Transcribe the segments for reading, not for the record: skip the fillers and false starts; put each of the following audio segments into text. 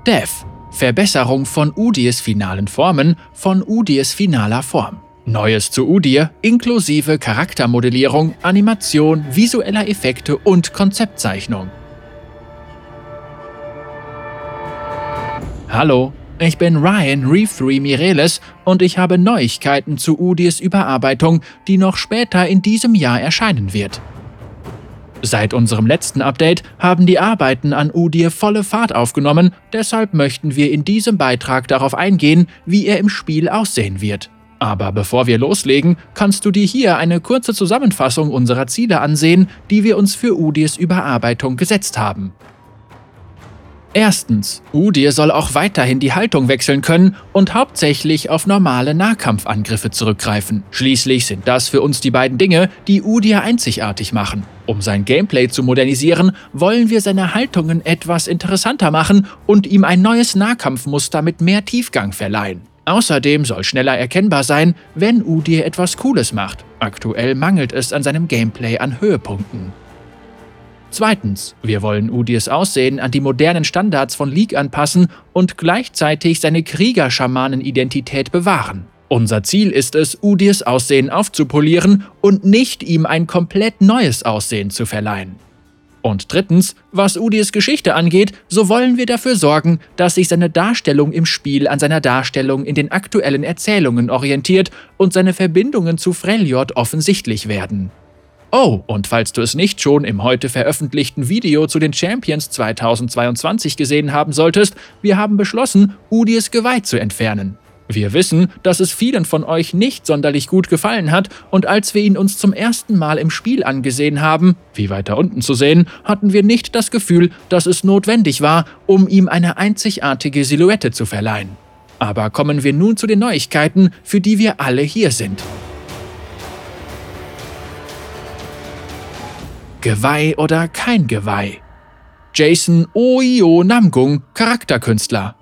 Dev – Verbesserung von Udyrs finalen Formen von Udyrs finaler Form. Neues zu Udyr inklusive Charaktermodellierung, Animation, visueller Effekte und Konzeptzeichnung. Hallo, ich bin Ryan Reeve Mireles und ich habe Neuigkeiten zu Udyrs Überarbeitung, die noch später in diesem Jahr erscheinen wird. Seit unserem letzten Update haben die Arbeiten an Udyr volle Fahrt aufgenommen, deshalb möchten wir in diesem Beitrag darauf eingehen, wie er im Spiel aussehen wird. Aber bevor wir loslegen, kannst du dir hier eine kurze Zusammenfassung unserer Ziele ansehen, die wir uns für Udyrs Überarbeitung gesetzt haben. Erstens, Udyr soll auch weiterhin die Haltung wechseln können und hauptsächlich auf normale Nahkampfangriffe zurückgreifen. Schließlich sind das für uns die beiden Dinge, die Udyr einzigartig machen. Um sein Gameplay zu modernisieren, wollen wir seine Haltungen etwas interessanter machen und ihm ein neues Nahkampfmuster mit mehr Tiefgang verleihen. Außerdem soll schneller erkennbar sein, wenn Udyr etwas Cooles macht. Aktuell mangelt es an seinem Gameplay an Höhepunkten. Zweitens, wir wollen Udyrs Aussehen an die modernen Standards von League anpassen und gleichzeitig seine Krieger-Schamanen-Identität bewahren. Unser Ziel ist es, Udyrs Aussehen aufzupolieren und nicht ihm ein komplett neues Aussehen zu verleihen. Und drittens, was Udyrs Geschichte angeht, so wollen wir dafür sorgen, dass sich seine Darstellung im Spiel an seiner Darstellung in den aktuellen Erzählungen orientiert und seine Verbindungen zu Freljord offensichtlich werden. Oh, und falls du es nicht schon im heute veröffentlichten Video zu den Champions 2022 gesehen haben solltest, wir haben beschlossen, Udyrs Geweih zu entfernen. Wir wissen, dass es vielen von euch nicht sonderlich gut gefallen hat und als wir ihn uns zum ersten Mal im Spiel angesehen haben, wie weiter unten zu sehen, hatten wir nicht das Gefühl, dass es notwendig war, um ihm eine einzigartige Silhouette zu verleihen. Aber kommen wir nun zu den Neuigkeiten, für die wir alle hier sind. Geweih oder kein Geweih? Jason Oio Namgung, Charakterkünstler.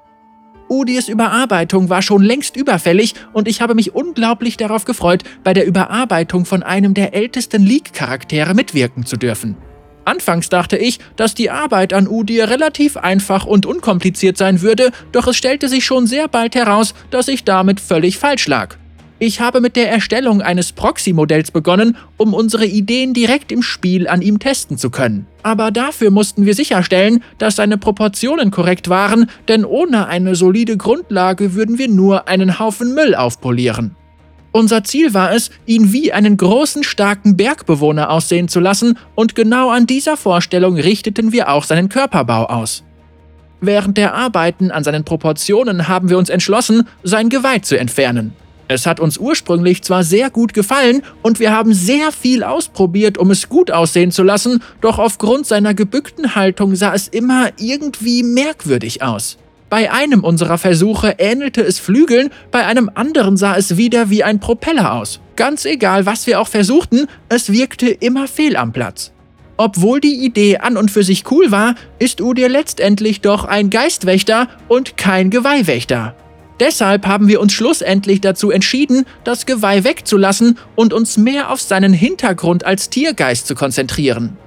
Udyrs Überarbeitung war schon längst überfällig und ich habe mich unglaublich darauf gefreut, bei der Überarbeitung von einem der ältesten League-Charaktere mitwirken zu dürfen. Anfangs dachte ich, dass die Arbeit an Udyr relativ einfach und unkompliziert sein würde, doch es stellte sich schon sehr bald heraus, dass ich damit völlig falsch lag. Ich habe mit der Erstellung eines Proxy-Modells begonnen, um unsere Ideen direkt im Spiel an ihm testen zu können. Aber dafür mussten wir sicherstellen, dass seine Proportionen korrekt waren, denn ohne eine solide Grundlage würden wir nur einen Haufen Müll aufpolieren. Unser Ziel war es, ihn wie einen großen, starken Bergbewohner aussehen zu lassen, und genau an dieser Vorstellung richteten wir auch seinen Körperbau aus. Während der Arbeiten an seinen Proportionen haben wir uns entschlossen, sein Geweih zu entfernen. Es hat uns ursprünglich zwar sehr gut gefallen und wir haben sehr viel ausprobiert, um es gut aussehen zu lassen, doch aufgrund seiner gebückten Haltung sah es immer irgendwie merkwürdig aus. Bei einem unserer Versuche ähnelte es Flügeln, bei einem anderen sah es wieder wie ein Propeller aus. Ganz egal, was wir auch versuchten, es wirkte immer fehl am Platz. Obwohl die Idee an und für sich cool war, ist Udyr letztendlich doch ein Geistwächter und kein Geweihwächter. Deshalb haben wir uns schlussendlich dazu entschieden, das Geweih wegzulassen und uns mehr auf seinen Hintergrund als Tiergeist zu konzentrieren.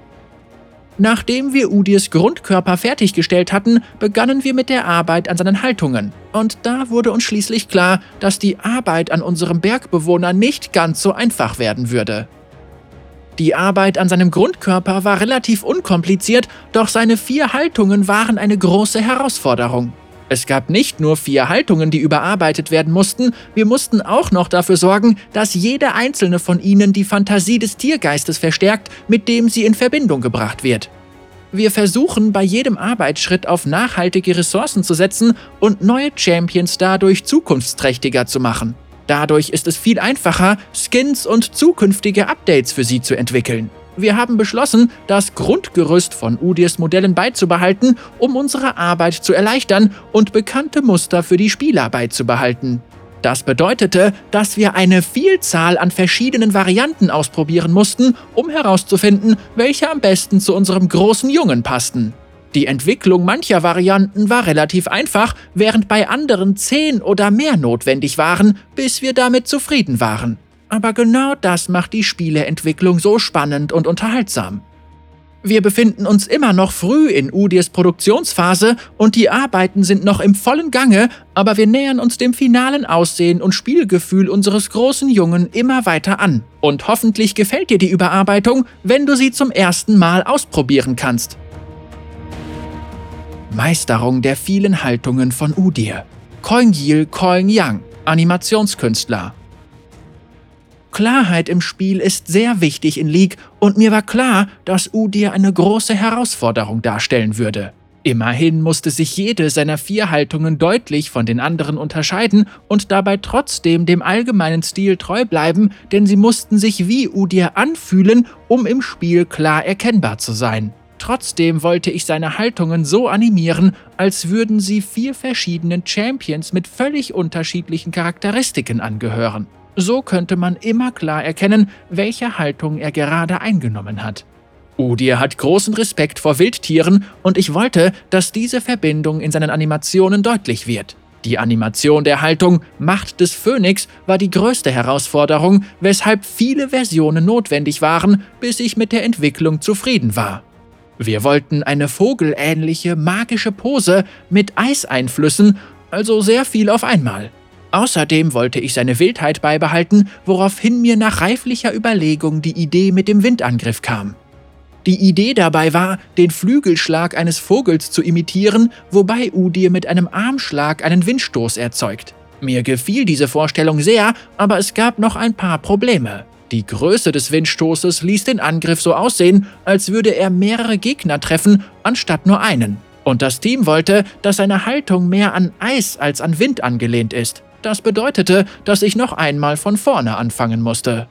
Nachdem wir Udyrs Grundkörper fertiggestellt hatten, begannen wir mit der Arbeit an seinen Haltungen. Und da wurde uns schließlich klar, dass die Arbeit an unserem Bergbewohner nicht ganz so einfach werden würde. Die Arbeit an seinem Grundkörper war relativ unkompliziert, doch seine 4 Haltungen waren eine große Herausforderung. Es gab nicht nur 4 Haltungen, die überarbeitet werden mussten, wir mussten auch noch dafür sorgen, dass jede einzelne von ihnen die Fantasie des Tiergeistes verstärkt, mit dem sie in Verbindung gebracht wird. Wir versuchen bei jedem Arbeitsschritt auf nachhaltige Ressourcen zu setzen und neue Champions dadurch zukunftsträchtiger zu machen. Dadurch ist es viel einfacher, Skins und zukünftige Updates für sie zu entwickeln. Wir haben beschlossen, das Grundgerüst von Udyrs Modellen beizubehalten, um unsere Arbeit zu erleichtern und bekannte Muster für die Spieler beizubehalten. Das bedeutete, dass wir eine Vielzahl an verschiedenen Varianten ausprobieren mussten, um herauszufinden, welche am besten zu unserem großen Jungen passten. Die Entwicklung mancher Varianten war relativ einfach, während bei anderen 10 oder mehr notwendig waren, bis wir damit zufrieden waren. Aber genau das macht die Spieleentwicklung so spannend und unterhaltsam. Wir befinden uns immer noch früh in Udyrs Produktionsphase und die Arbeiten sind noch im vollen Gange, aber wir nähern uns dem finalen Aussehen und Spielgefühl unseres großen Jungen immer weiter an. Und hoffentlich gefällt dir die Überarbeitung, wenn du sie zum ersten Mal ausprobieren kannst. Meisterung der vielen Haltungen von Udyr. Koingjil Koingjang, Animationskünstler. Klarheit im Spiel ist sehr wichtig in League und mir war klar, dass Udyr eine große Herausforderung darstellen würde. Immerhin musste sich jede seiner 4 Haltungen deutlich von den anderen unterscheiden und dabei trotzdem dem allgemeinen Stil treu bleiben, denn sie mussten sich wie Udyr anfühlen, um im Spiel klar erkennbar zu sein. Trotzdem wollte ich seine Haltungen so animieren, als würden sie 4 verschiedenen Champions mit völlig unterschiedlichen Charakteristiken angehören. So könnte man immer klar erkennen, welche Haltung er gerade eingenommen hat. Udyr hat großen Respekt vor Wildtieren und ich wollte, dass diese Verbindung in seinen Animationen deutlich wird. Die Animation der Haltung Macht des Phönix war die größte Herausforderung, weshalb viele Versionen notwendig waren, bis ich mit der Entwicklung zufrieden war. Wir wollten eine vogelähnliche, magische Pose mit Eiseinflüssen, also sehr viel auf einmal. Außerdem wollte ich seine Wildheit beibehalten, woraufhin mir nach reiflicher Überlegung die Idee mit dem Windangriff kam. Die Idee dabei war, den Flügelschlag eines Vogels zu imitieren, wobei Udyr mit einem Armschlag einen Windstoß erzeugt. Mir gefiel diese Vorstellung sehr, aber es gab noch ein paar Probleme. Die Größe des Windstoßes ließ den Angriff so aussehen, als würde er mehrere Gegner treffen, anstatt nur einen. Und das Team wollte, dass seine Haltung mehr an Eis als an Wind angelehnt ist. Das bedeutete, dass ich noch einmal von vorne anfangen musste.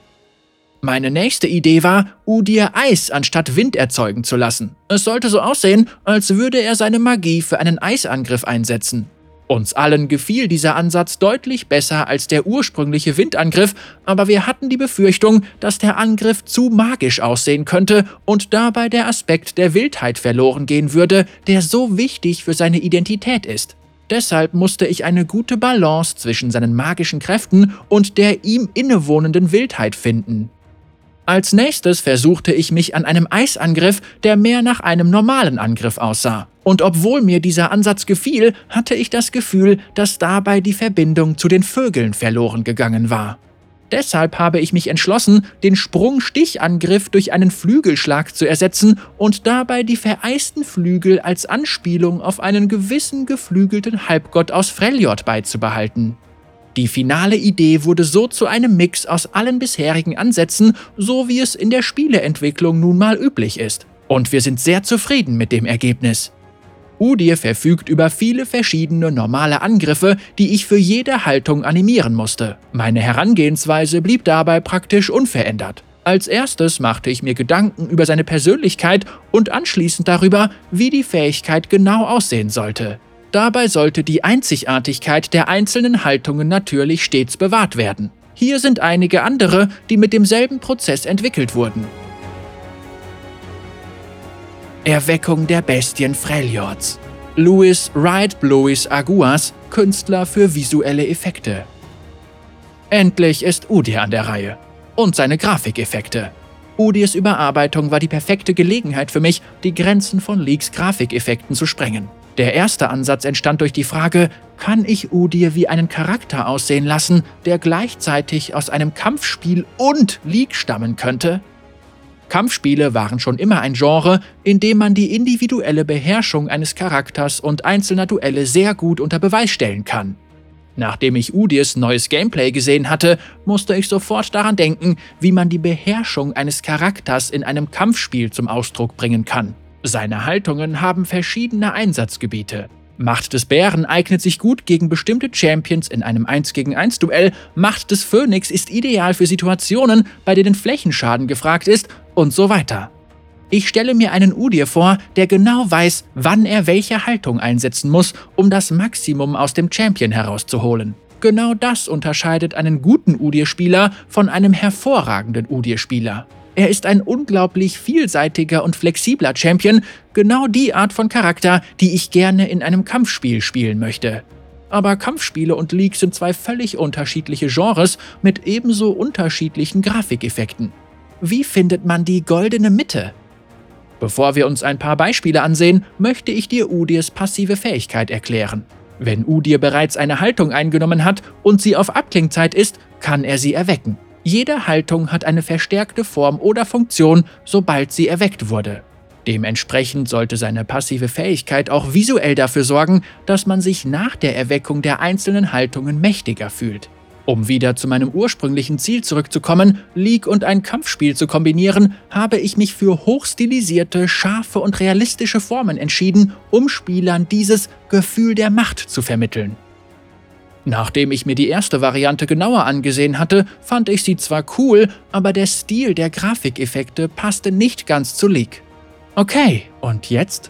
Meine nächste Idee war, Udyr Eis anstatt Wind erzeugen zu lassen. Es sollte so aussehen, als würde er seine Magie für einen Eisangriff einsetzen. Uns allen gefiel dieser Ansatz deutlich besser als der ursprüngliche Windangriff, aber wir hatten die Befürchtung, dass der Angriff zu magisch aussehen könnte und dabei der Aspekt der Wildheit verloren gehen würde, der so wichtig für seine Identität ist. Deshalb musste ich eine gute Balance zwischen seinen magischen Kräften und der ihm innewohnenden Wildheit finden. Als nächstes versuchte ich mich an einem Eisangriff, der mehr nach einem normalen Angriff aussah. Und obwohl mir dieser Ansatz gefiel, hatte ich das Gefühl, dass dabei die Verbindung zu den Vögeln verloren gegangen war. Deshalb habe ich mich entschlossen, den Sprung-Stich-Angriff durch einen Flügelschlag zu ersetzen und dabei die vereisten Flügel als Anspielung auf einen gewissen geflügelten Halbgott aus Freljord beizubehalten. Die finale Idee wurde so zu einem Mix aus allen bisherigen Ansätzen, so wie es in der Spieleentwicklung nun mal üblich ist. Und wir sind sehr zufrieden mit dem Ergebnis. Udyr verfügt über viele verschiedene normale Angriffe, die ich für jede Haltung animieren musste. Meine Herangehensweise blieb dabei praktisch unverändert. Als erstes machte ich mir Gedanken über seine Persönlichkeit und anschließend darüber, wie die Fähigkeit genau aussehen sollte. Dabei sollte die Einzigartigkeit der einzelnen Haltungen natürlich stets bewahrt werden. Hier sind einige andere, die mit demselben Prozess entwickelt wurden. Erweckung der Bestien Freljords. Louis Wright Blois Aguas, Künstler für visuelle Effekte. Endlich ist Udyr an der Reihe. Und seine Grafikeffekte. Udyrs Überarbeitung war die perfekte Gelegenheit für mich, die Grenzen von Leagues Grafikeffekten zu sprengen. Der erste Ansatz entstand durch die Frage, kann ich Udyr wie einen Charakter aussehen lassen, der gleichzeitig aus einem Kampfspiel und League stammen könnte? Kampfspiele waren schon immer ein Genre, in dem man die individuelle Beherrschung eines Charakters und einzelner Duelle sehr gut unter Beweis stellen kann. Nachdem ich Udyrs neues Gameplay gesehen hatte, musste ich sofort daran denken, wie man die Beherrschung eines Charakters in einem Kampfspiel zum Ausdruck bringen kann. Seine Haltungen haben verschiedene Einsatzgebiete. Macht des Bären eignet sich gut gegen bestimmte Champions in einem 1-gegen-1 Duell, Macht des Phönix ist ideal für Situationen, bei denen Flächenschaden gefragt ist und so weiter. Ich stelle mir einen Udyr vor, der genau weiß, wann er welche Haltung einsetzen muss, um das Maximum aus dem Champion herauszuholen. Genau das unterscheidet einen guten Udyr-Spieler von einem hervorragenden Udyr-Spieler. Er ist ein unglaublich vielseitiger und flexibler Champion, genau die Art von Charakter, die ich gerne in einem Kampfspiel spielen möchte. Aber Kampfspiele und League sind zwei völlig unterschiedliche Genres mit ebenso unterschiedlichen Grafikeffekten. Wie findet man die goldene Mitte? Bevor wir uns ein paar Beispiele ansehen, möchte ich dir Udyrs passive Fähigkeit erklären. Wenn Udyr bereits eine Haltung eingenommen hat und sie auf Abklingzeit ist, kann er sie erwecken. Jede Haltung hat eine verstärkte Form oder Funktion, sobald sie erweckt wurde. Dementsprechend sollte seine passive Fähigkeit auch visuell dafür sorgen, dass man sich nach der Erweckung der einzelnen Haltungen mächtiger fühlt. Um wieder zu meinem ursprünglichen Ziel zurückzukommen, League und ein Kampfspiel zu kombinieren, habe ich mich für hochstilisierte, scharfe und realistische Formen entschieden, um Spielern dieses Gefühl der Macht zu vermitteln. Nachdem ich mir die erste Variante genauer angesehen hatte, fand ich sie zwar cool, aber der Stil der Grafikeffekte passte nicht ganz zu League. Okay, und jetzt?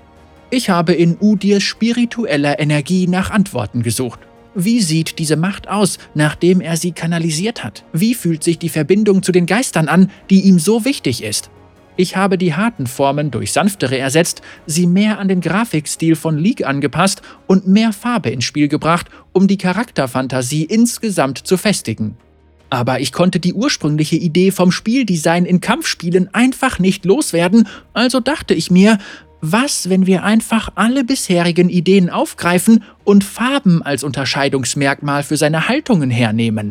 Ich habe in Udyrs spiritueller Energie nach Antworten gesucht. Wie sieht diese Macht aus, nachdem er sie kanalisiert hat? Wie fühlt sich die Verbindung zu den Geistern an, die ihm so wichtig ist? Ich habe die harten Formen durch sanftere ersetzt, sie mehr an den Grafikstil von League angepasst und mehr Farbe ins Spiel gebracht, um die Charakterfantasie insgesamt zu festigen. Aber ich konnte die ursprüngliche Idee vom Spieldesign in Kampfspielen einfach nicht loswerden, also dachte ich mir, was, wenn wir einfach alle bisherigen Ideen aufgreifen und Farben als Unterscheidungsmerkmal für seine Haltungen hernehmen?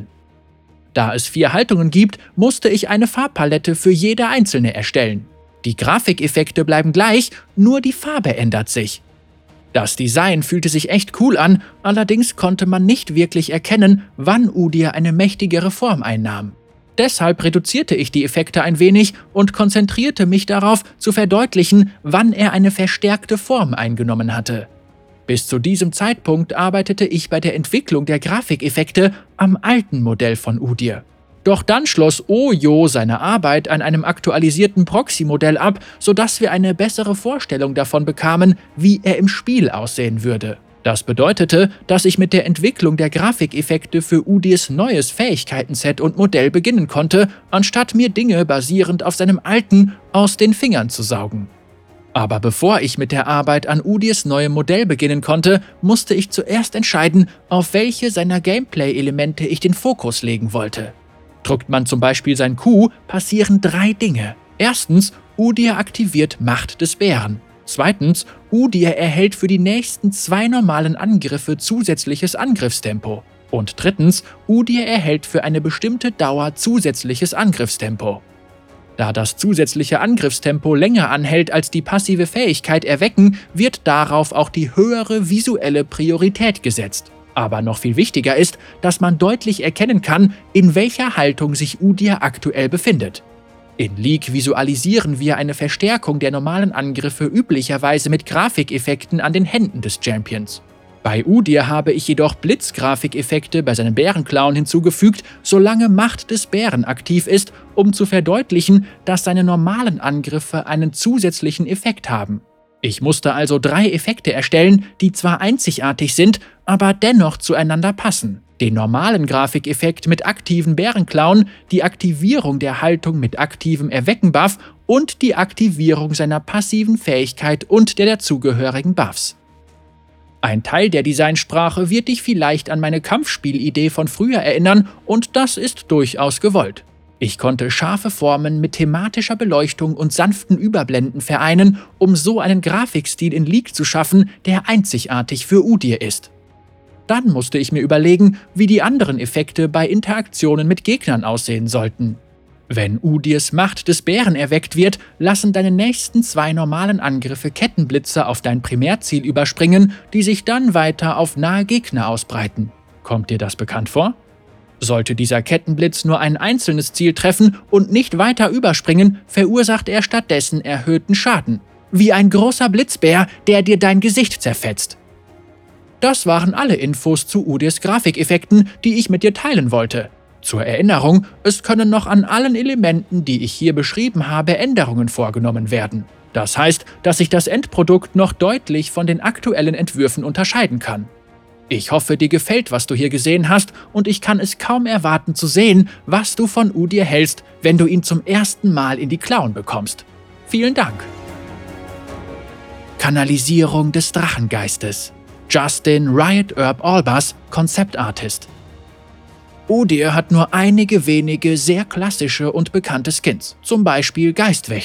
Da es 4 Haltungen gibt, musste ich eine Farbpalette für jede einzelne erstellen. Die Grafikeffekte bleiben gleich, nur die Farbe ändert sich. Das Design fühlte sich echt cool an, allerdings konnte man nicht wirklich erkennen, wann Udyr eine mächtigere Form einnahm. Deshalb reduzierte ich die Effekte ein wenig und konzentrierte mich darauf, zu verdeutlichen, wann er eine verstärkte Form eingenommen hatte. Bis zu diesem Zeitpunkt arbeitete ich bei der Entwicklung der Grafikeffekte am alten Modell von Udyr. Doch dann schloss Oyo seine Arbeit an einem aktualisierten Proxy-Modell ab, sodass wir eine bessere Vorstellung davon bekamen, wie er im Spiel aussehen würde. Das bedeutete, dass ich mit der Entwicklung der Grafikeffekte für Udyrs neues Fähigkeitenset und Modell beginnen konnte, anstatt mir Dinge basierend auf seinem alten aus den Fingern zu saugen. Aber bevor ich mit der Arbeit an Udyrs neuem Modell beginnen konnte, musste ich zuerst entscheiden, auf welche seiner Gameplay-Elemente ich den Fokus legen wollte. Drückt man zum Beispiel sein Q, passieren 3 Dinge. Erstens, Udyr aktiviert Macht des Bären. Zweitens, Udyr erhält für die nächsten 2 normalen Angriffe zusätzliches Angriffstempo. Und drittens, Udyr erhält für eine bestimmte Dauer zusätzliches Angriffstempo. Da das zusätzliche Angriffstempo länger anhält als die passive Fähigkeit Erwecken, wird darauf auch die höhere visuelle Priorität gesetzt. Aber noch viel wichtiger ist, dass man deutlich erkennen kann, in welcher Haltung sich Udyr aktuell befindet. In League visualisieren wir eine Verstärkung der normalen Angriffe üblicherweise mit Grafikeffekten an den Händen des Champions. Bei Udyr habe ich jedoch Blitzgrafikeffekte bei seinem Bärenclown hinzugefügt, solange Macht des Bären aktiv ist, um zu verdeutlichen, dass seine normalen Angriffe einen zusätzlichen Effekt haben. Ich musste also 3 Effekte erstellen, die zwar einzigartig sind, aber dennoch zueinander passen. Den normalen Grafikeffekt mit aktiven Bärenclown, die Aktivierung der Haltung mit aktivem Erwecken-Buff und die Aktivierung seiner passiven Fähigkeit und der dazugehörigen Buffs. Ein Teil der Designsprache wird dich vielleicht an meine Kampfspielidee von früher erinnern und das ist durchaus gewollt. Ich konnte scharfe Formen mit thematischer Beleuchtung und sanften Überblenden vereinen, um so einen Grafikstil in League zu schaffen, der einzigartig für Udyr ist. Dann musste ich mir überlegen, wie die anderen Effekte bei Interaktionen mit Gegnern aussehen sollten. Wenn Udyrs Macht des Bären erweckt wird, lassen deine nächsten 2 normalen Angriffe Kettenblitze auf dein Primärziel überspringen, die sich dann weiter auf nahe Gegner ausbreiten. Kommt dir das bekannt vor? Sollte dieser Kettenblitz nur ein einzelnes Ziel treffen und nicht weiter überspringen, verursacht er stattdessen erhöhten Schaden. Wie ein großer Blitzbär, der dir dein Gesicht zerfetzt. Das waren alle Infos zu Udyrs Grafikeffekten, die ich mit dir teilen wollte. Zur Erinnerung, es können noch an allen Elementen, die ich hier beschrieben habe, Änderungen vorgenommen werden. Das heißt, dass sich das Endprodukt noch deutlich von den aktuellen Entwürfen unterscheiden kann. Ich hoffe, dir gefällt, was du hier gesehen hast, und ich kann es kaum erwarten zu sehen, was du von Udyr hältst, wenn du ihn zum ersten Mal in die Klauen bekommst. Vielen Dank! Kanalisierung des Drachengeistes. Justin Riot Herb Albers, Konzeptartist. Udyr hat nur einige wenige sehr klassische und bekannte Skins, zum Beispiel Geistwächter.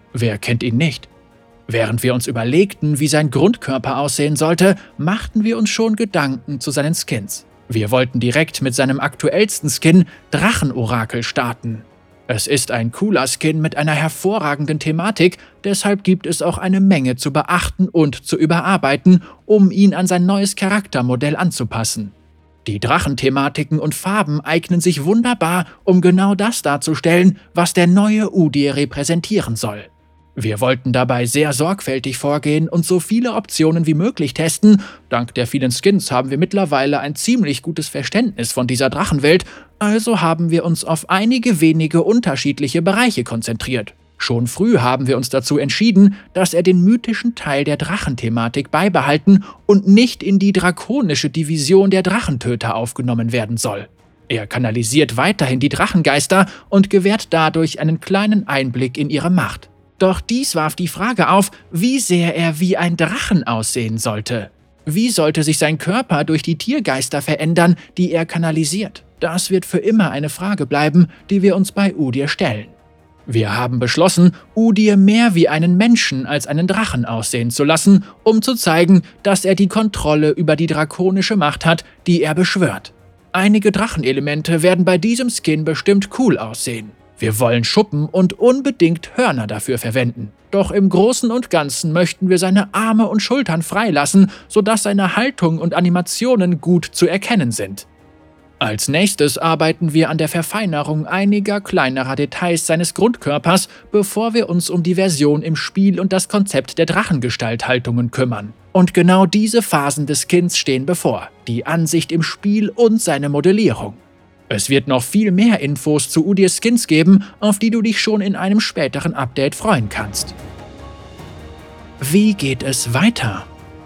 Wer kennt ihn nicht? Während wir uns überlegten, wie sein Grundkörper aussehen sollte, machten wir uns schon Gedanken zu seinen Skins. Wir wollten direkt mit seinem aktuellsten Skin Drachenorakel starten. Es ist ein cooler Skin mit einer hervorragenden Thematik, deshalb gibt es auch eine Menge zu beachten und zu überarbeiten, um ihn an sein neues Charaktermodell anzupassen. Die Drachenthematiken und Farben eignen sich wunderbar, um genau das darzustellen, was der neue Udyr repräsentieren soll. Wir wollten dabei sehr sorgfältig vorgehen und so viele Optionen wie möglich testen. Dank der vielen Skins haben wir mittlerweile ein ziemlich gutes Verständnis von dieser Drachenwelt, also haben wir uns auf einige wenige unterschiedliche Bereiche konzentriert. Schon früh haben wir uns dazu entschieden, dass er den mythischen Teil der Drachenthematik beibehalten und nicht in die drakonische Division der Drachentöter aufgenommen werden soll. Er kanalisiert weiterhin die Drachengeister und gewährt dadurch einen kleinen Einblick in ihre Macht. Doch dies warf die Frage auf, wie sehr er wie ein Drachen aussehen sollte. Wie sollte sich sein Körper durch die Tiergeister verändern, die er kanalisiert? Das wird für immer eine Frage bleiben, die wir uns bei Udyr stellen. Wir haben beschlossen, Udyr mehr wie einen Menschen als einen Drachen aussehen zu lassen, um zu zeigen, dass er die Kontrolle über die drakonische Macht hat, die er beschwört. Einige Drachenelemente werden bei diesem Skin bestimmt cool aussehen. Wir wollen Schuppen und unbedingt Hörner dafür verwenden. Doch im Großen und Ganzen möchten wir seine Arme und Schultern freilassen, sodass seine Haltung und Animationen gut zu erkennen sind. Als nächstes arbeiten wir an der Verfeinerung einiger kleinerer Details seines Grundkörpers, bevor wir uns um die Version im Spiel und das Konzept der Drachengestalthaltungen kümmern. Und genau diese Phasen des Skins stehen bevor, die Ansicht im Spiel und seine Modellierung. Es wird noch viel mehr Infos zu Udyrs Skins geben, auf die du dich schon in einem späteren Update freuen kannst. Wie geht es weiter?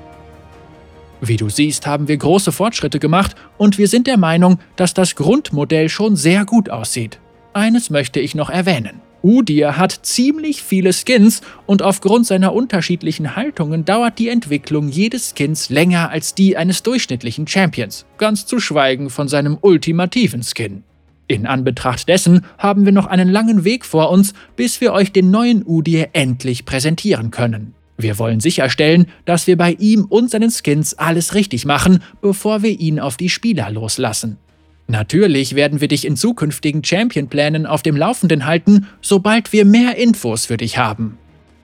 Wie du siehst, haben wir große Fortschritte gemacht und wir sind der Meinung, dass das Grundmodell schon sehr gut aussieht. Eines möchte ich noch erwähnen. Udyr hat ziemlich viele Skins und aufgrund seiner unterschiedlichen Haltungen dauert die Entwicklung jedes Skins länger als die eines durchschnittlichen Champions, ganz zu schweigen von seinem ultimativen Skin. In Anbetracht dessen haben wir noch einen langen Weg vor uns, bis wir euch den neuen Udyr endlich präsentieren können. Wir wollen sicherstellen, dass wir bei ihm und seinen Skins alles richtig machen, bevor wir ihn auf die Spieler loslassen. Natürlich werden wir dich in zukünftigen Champion-Plänen auf dem Laufenden halten, sobald wir mehr Infos für dich haben.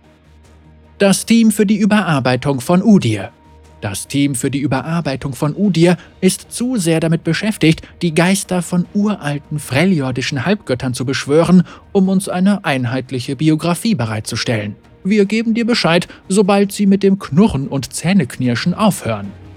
Das Team für die Überarbeitung von Udyr. Das Team für die Überarbeitung von Udyr ist zu sehr damit beschäftigt, die Geister von uralten freljordischen Halbgöttern zu beschwören, um uns eine einheitliche Biografie bereitzustellen. Wir geben dir Bescheid, sobald sie mit dem Knurren und Zähneknirschen aufhören.